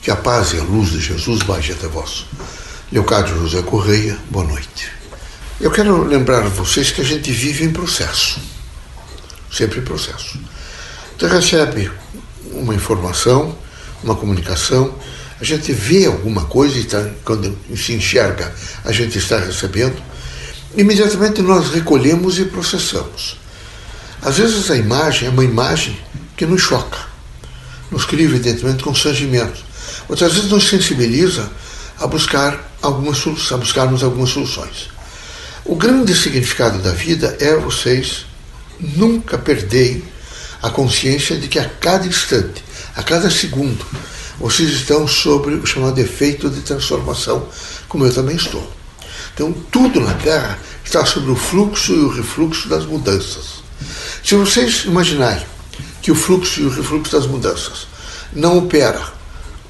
Que a paz e a luz de Jesus baixe até vós. Leocádio José Correia, boa noite. Eu quero lembrar a vocês que a gente vive em processo. Sempre em processo. Você recebe uma informação, uma comunicação, a gente vê alguma coisa, e quando se enxerga, a gente está recebendo, imediatamente nós recolhemos e processamos. Às vezes a imagem é uma imagem que nos choca, nos cria evidentemente constrangimento. Outras vezes nos sensibiliza a buscarmos algumas soluções. O grande significado da vida é vocês nunca perderem a consciência de que a cada instante, a cada segundo, vocês estão sobre o chamado efeito de transformação, como eu também estou. Então, tudo na Terra está sobre o fluxo e o refluxo das mudanças. Se vocês imaginarem que o fluxo e o refluxo das mudanças não opera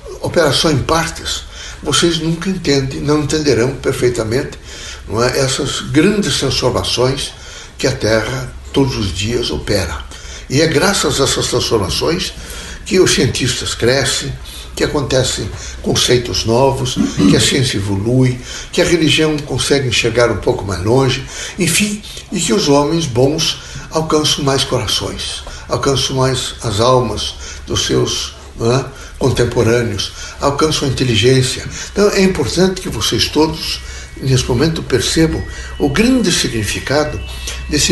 só em partes, vocês nunca não entenderão perfeitamente, não é, essas grandes transformações que a Terra todos os dias opera. E é graças a essas transformações que os cientistas crescem, que acontecem conceitos novos, que a ciência evolui, que a religião consegue enxergar um pouco mais longe, enfim, e que os homens bons alcançam mais corações, alcançam mais as almas dos seus contemporâneos, alcançam a inteligência. Então é importante que vocês todos, nesse momento, percebam o grande significado desse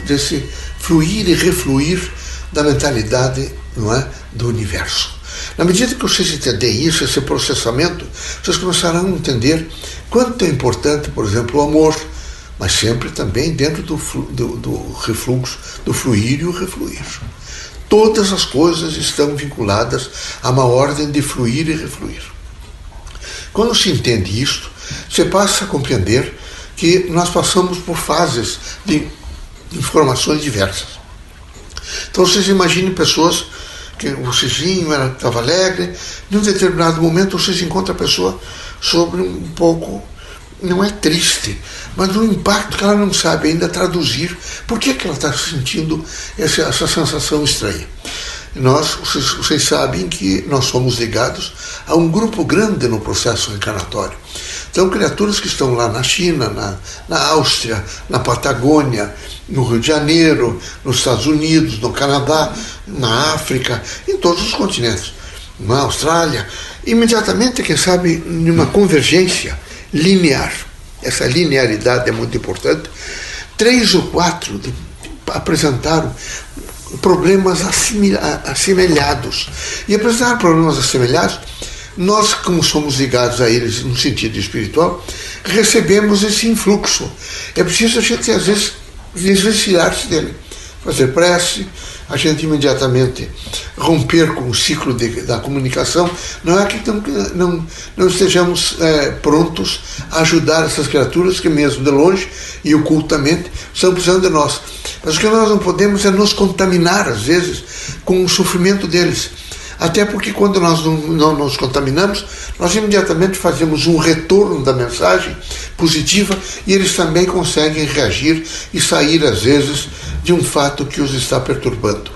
fluir e refluir da mentalidade, não é, do universo. Na medida que vocês entenderem isso, esse processamento, vocês começarão a entender quanto é importante, por exemplo, o amor, mas sempre também dentro do refluxo, do fluir e o refluir. Todas as coisas estão vinculadas a uma ordem de fluir e refluir. Quando se entende isto, você passa a compreender que nós passamos por fases de informações diversas. Então vocês imaginem pessoas que vocês vinham, estava alegre, em um determinado momento vocês encontram a pessoa sobre um pouco, não é triste, mas um impacto que ela não sabe ainda traduzir. Por que ela está sentindo essa sensação estranha? Vocês sabem que nós somos ligados a um grupo grande no processo reencarnatório. Então, criaturas que estão lá na China, na Áustria, na Patagônia, no Rio de Janeiro, nos Estados Unidos, no Canadá, na África, em todos os continentes, na Austrália, imediatamente, quem sabe, numa convergência linear. Essa linearidade é muito importante. 3 ou 4 apresentaram problemas assemelhados. E apresentaram problemas assemelhados, nós, como somos ligados a eles no sentido espiritual, recebemos esse influxo. É preciso a gente, às vezes, desvencilhar-se dele, fazer prece, a gente imediatamente romper com o ciclo da comunicação. Não é que não estejamos prontos a ajudar essas criaturas que, mesmo de longe e ocultamente, estão precisando de nós. Mas o que nós não podemos é nos contaminar, às vezes, com o sofrimento deles. Até porque quando nós não nos contaminamos, nós imediatamente fazemos um retorno da mensagem positiva e eles também conseguem reagir e sair, às vezes, de um fato que os está perturbando.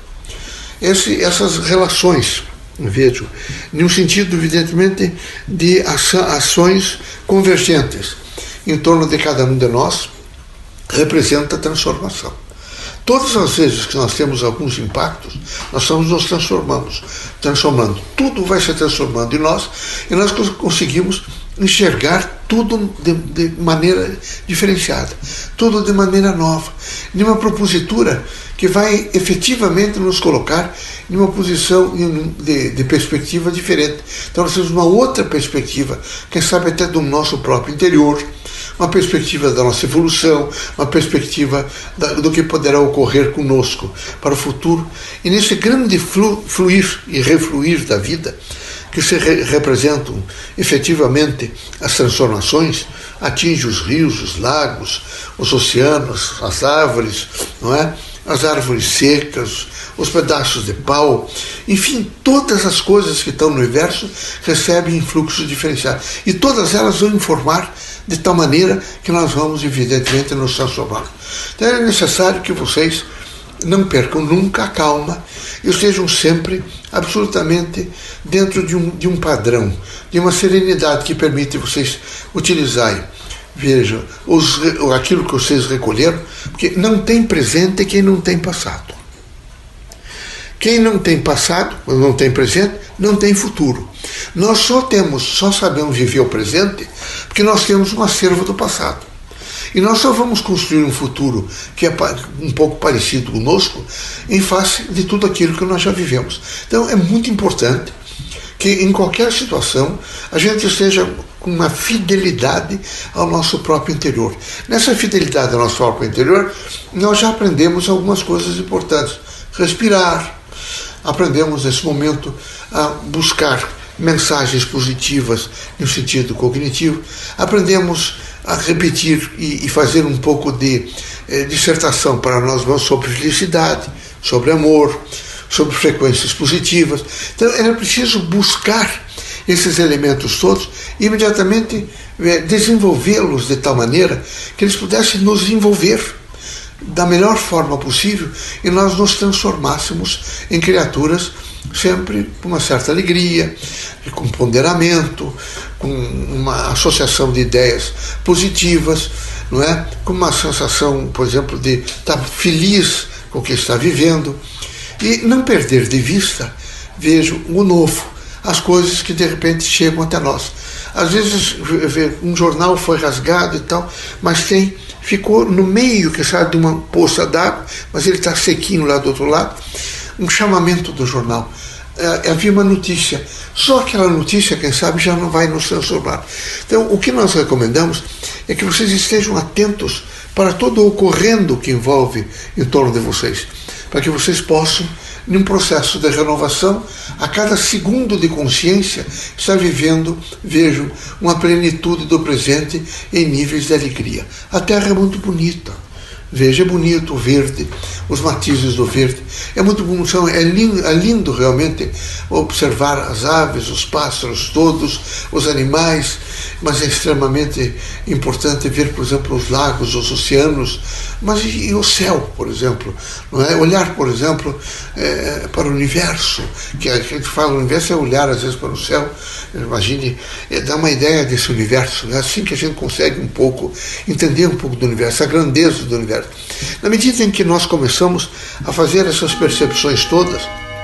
Essas relações, vejo, num sentido, evidentemente, de ações convergentes em torno de cada um de nós, representa a transformação. Todas as vezes que nós temos alguns impactos, nós estamos nos transformando. Tudo vai se transformando em nós e nós conseguimos enxergar tudo de maneira diferenciada, tudo de maneira nova, numa propositura que vai efetivamente nos colocar em uma posição de perspectiva diferente. Então nós temos uma outra perspectiva, quem sabe até do nosso próprio interior, uma perspectiva da nossa evolução, uma perspectiva do que poderá ocorrer conosco para o futuro. E nesse grande fluir e refluir da vida, que se representam efetivamente as transformações, atinge os rios, os lagos, os oceanos, as árvores, não é? As árvores secas, os pedaços de pau, enfim, todas as coisas que estão no universo recebem influxos diferenciados. E todas elas vão informar de tal maneira que nós vamos, evidentemente, nos transformar. Então é necessário que vocês não percam nunca a calma e estejam sempre absolutamente dentro de um padrão, de uma serenidade que permite vocês utilizarem. Vejam, aquilo que vocês recolheram, porque não tem presente quem não tem passado. Quem não tem passado, não tem presente, não tem futuro. Nós só sabemos viver o presente porque nós temos um acervo do passado. E nós só vamos construir um futuro que é um pouco parecido conosco em face de tudo aquilo que nós já vivemos. Então é muito importante que em qualquer situação a gente esteja com uma fidelidade ao nosso próprio interior. Nessa fidelidade ao nosso próprio interior, nós já aprendemos algumas coisas importantes. Respirar. Aprendemos nesse momento a buscar mensagens positivas no sentido cognitivo. Aprendemos a repetir e fazer um pouco de dissertação para nós mesmos sobre felicidade, sobre amor, sobre frequências positivas. Então era preciso buscar esses elementos todos e imediatamente desenvolvê-los de tal maneira que eles pudessem nos envolver da melhor forma possível e nós nos transformássemos em criaturas sempre com uma certa alegria, com ponderamento, com uma associação de ideias positivas, não é? Com uma sensação, por exemplo, de estar feliz com o que está vivendo e não perder de vista, vejo, o novo, as coisas que de repente chegam até nós. Às vezes um jornal foi rasgado e tal, mas ficou no meio, que sabe, de uma poça d'água, mas ele está sequinho lá do outro lado, um chamamento do jornal. Havia uma notícia, só aquela notícia, quem sabe, já não vai nos transformar. Então, o que nós recomendamos é que vocês estejam atentos para todo o ocorrendo que envolve em torno de vocês, para que vocês possam, num processo de renovação, a cada segundo de consciência, estar vivendo, vejam, uma plenitude do presente em níveis de alegria. A Terra é muito bonita. Veja, é bonito o verde, os matizes do verde. É muito bonito, é lindo realmente observar as aves, os pássaros todos, os animais, mas é extremamente importante ver, por exemplo, os lagos, os oceanos, mas e o céu, por exemplo, não é? Olhar, por exemplo, para o universo, que a gente fala, o universo é olhar às vezes para o céu, imagine, dá uma ideia desse universo, é assim que a gente consegue um pouco entender um pouco do universo, a grandeza do universo. Na medida em que nós começamos a fazer essas percepções todas,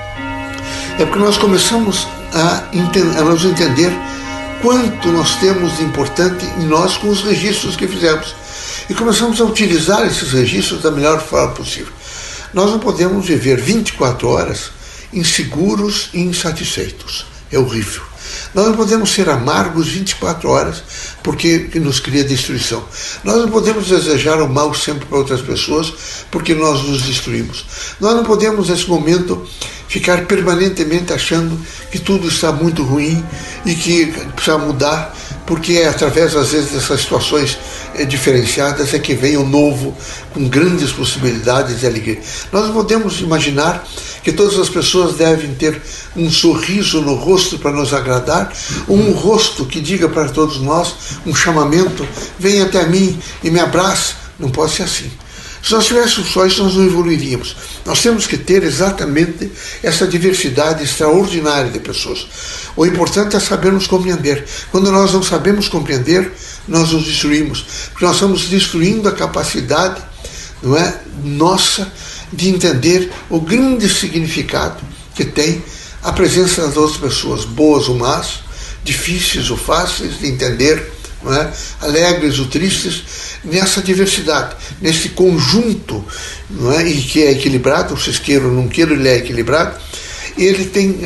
é porque nós começamos a nos entender quanto nós temos de importante em nós com os registros que fizemos. E começamos a utilizar esses registros da melhor forma possível. Nós não podemos viver 24 horas inseguros e insatisfeitos. É horrível. Nós não podemos ser amargos 24 horas porque nos cria destruição. Nós não podemos desejar o mal sempre para outras pessoas porque nós nos destruímos. Nós não podemos, nesse momento, ficar permanentemente achando que tudo está muito ruim e que precisa mudar, porque é através, às vezes, dessas situações diferenciadas é que vem o novo, com grandes possibilidades de alegria. Nós não podemos imaginar que todas as pessoas devem ter um sorriso no rosto para nos agradar, ou um rosto que diga para todos nós, um chamamento, venha até mim e me abrace. Não pode ser assim. Se nós tivéssemos só isso, nós não evoluiríamos. Nós temos que ter exatamente essa diversidade extraordinária de pessoas. O importante é sabermos compreender. Quando nós não sabemos compreender, nós nos destruímos. Porque nós estamos destruindo a capacidade, não é, nossa de entender o grande significado que tem a presença das outras pessoas, boas ou más, difíceis ou fáceis de entender, não é? Alegres ou tristes, nessa diversidade, nesse conjunto, não é? E que é equilibrado, vocês queiram ou não queiram, ele é equilibrado, ele tem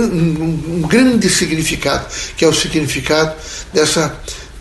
um grande significado, que é o significado dessa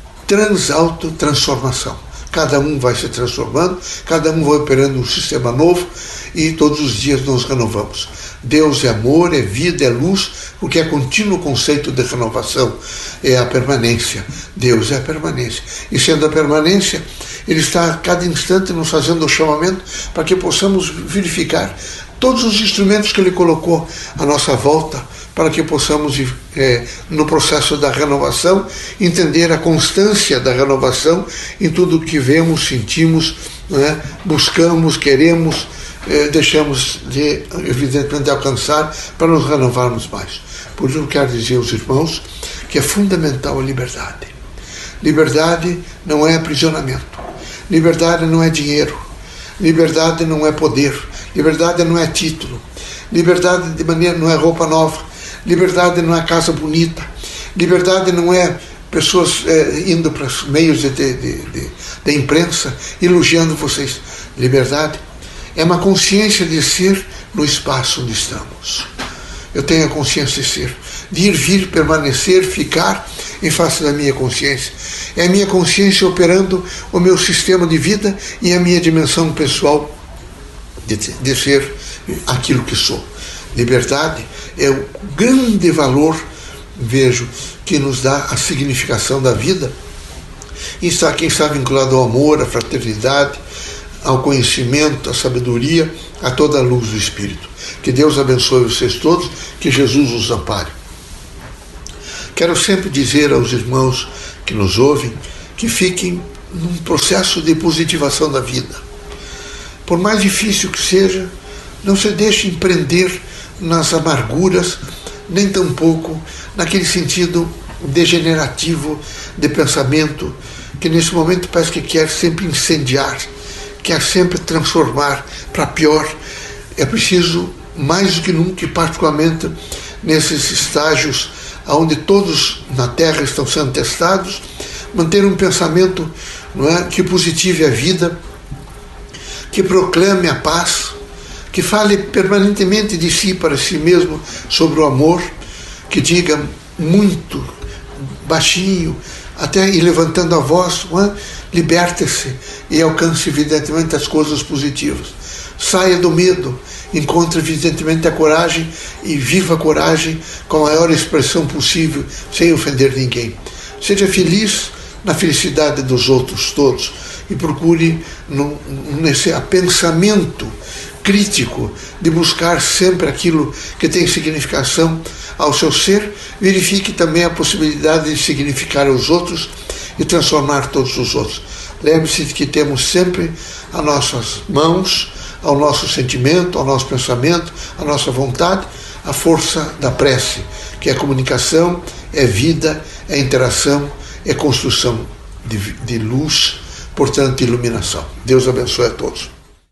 transauto-transformação. Cada um vai se transformando, cada um vai operando um sistema novo e todos os dias nos renovamos. Deus é amor, é vida, é luz, porque é contínuo conceito de renovação, é a permanência. Deus é a permanência. E sendo a permanência, Ele está a cada instante nos fazendo o chamamento para que possamos verificar todos os instrumentos que Ele colocou à nossa volta, para que possamos, no processo da renovação, entender a constância da renovação em tudo o que vemos, sentimos, não é? Buscamos, queremos, deixamos de, evidentemente, de alcançar para nos renovarmos mais. Por isso eu quero dizer aos irmãos que é fundamental a liberdade. Liberdade não é aprisionamento. Liberdade não é dinheiro. Liberdade não é poder. Liberdade não é título. Liberdade de maneira não é roupa nova. Liberdade não é casa bonita. Liberdade não é pessoas indo para os meios de imprensa elogiando vocês. Liberdade é uma consciência de ser no espaço onde estamos. Eu tenho a consciência de ser, de ir, vir, permanecer, ficar em face da minha consciência. É a minha consciência operando o meu sistema de vida e a minha dimensão pessoal de ser aquilo que sou. Liberdade é o grande valor, vejo, que nos dá a significação da vida. E quem está vinculado ao amor, à fraternidade, ao conhecimento, à sabedoria, a toda a luz do Espírito. Que Deus abençoe vocês todos, que Jesus os ampare. Quero sempre dizer aos irmãos que nos ouvem que fiquem num processo de positivação da vida. Por mais difícil que seja, não se deixem prender nas amarguras, nem tampouco naquele sentido degenerativo de pensamento que nesse momento parece que quer sempre incendiar, quer sempre transformar para pior. É preciso, mais do que nunca, e particularmente nesses estágios onde todos na Terra estão sendo testados, manter um pensamento, não é, que positive a vida, que proclame a paz, que fale permanentemente de si para si mesmo sobre o amor, que diga muito baixinho, até ir levantando a voz, não é? Liberte-se e alcance evidentemente as coisas positivas. Saia do medo, encontre evidentemente a coragem e viva a coragem com a maior expressão possível, sem ofender ninguém. Seja feliz na felicidade dos outros todos e procure nesse pensamento crítico de buscar sempre aquilo que tem significação ao seu ser. Verifique também a possibilidade de significar os outros e transformar todos os outros. Lembre-se de que temos sempre as nossas mãos, ao nosso sentimento, ao nosso pensamento, à nossa vontade, a força da prece, que é comunicação, é vida, é interação, é construção de luz, portanto, iluminação. Deus abençoe a todos.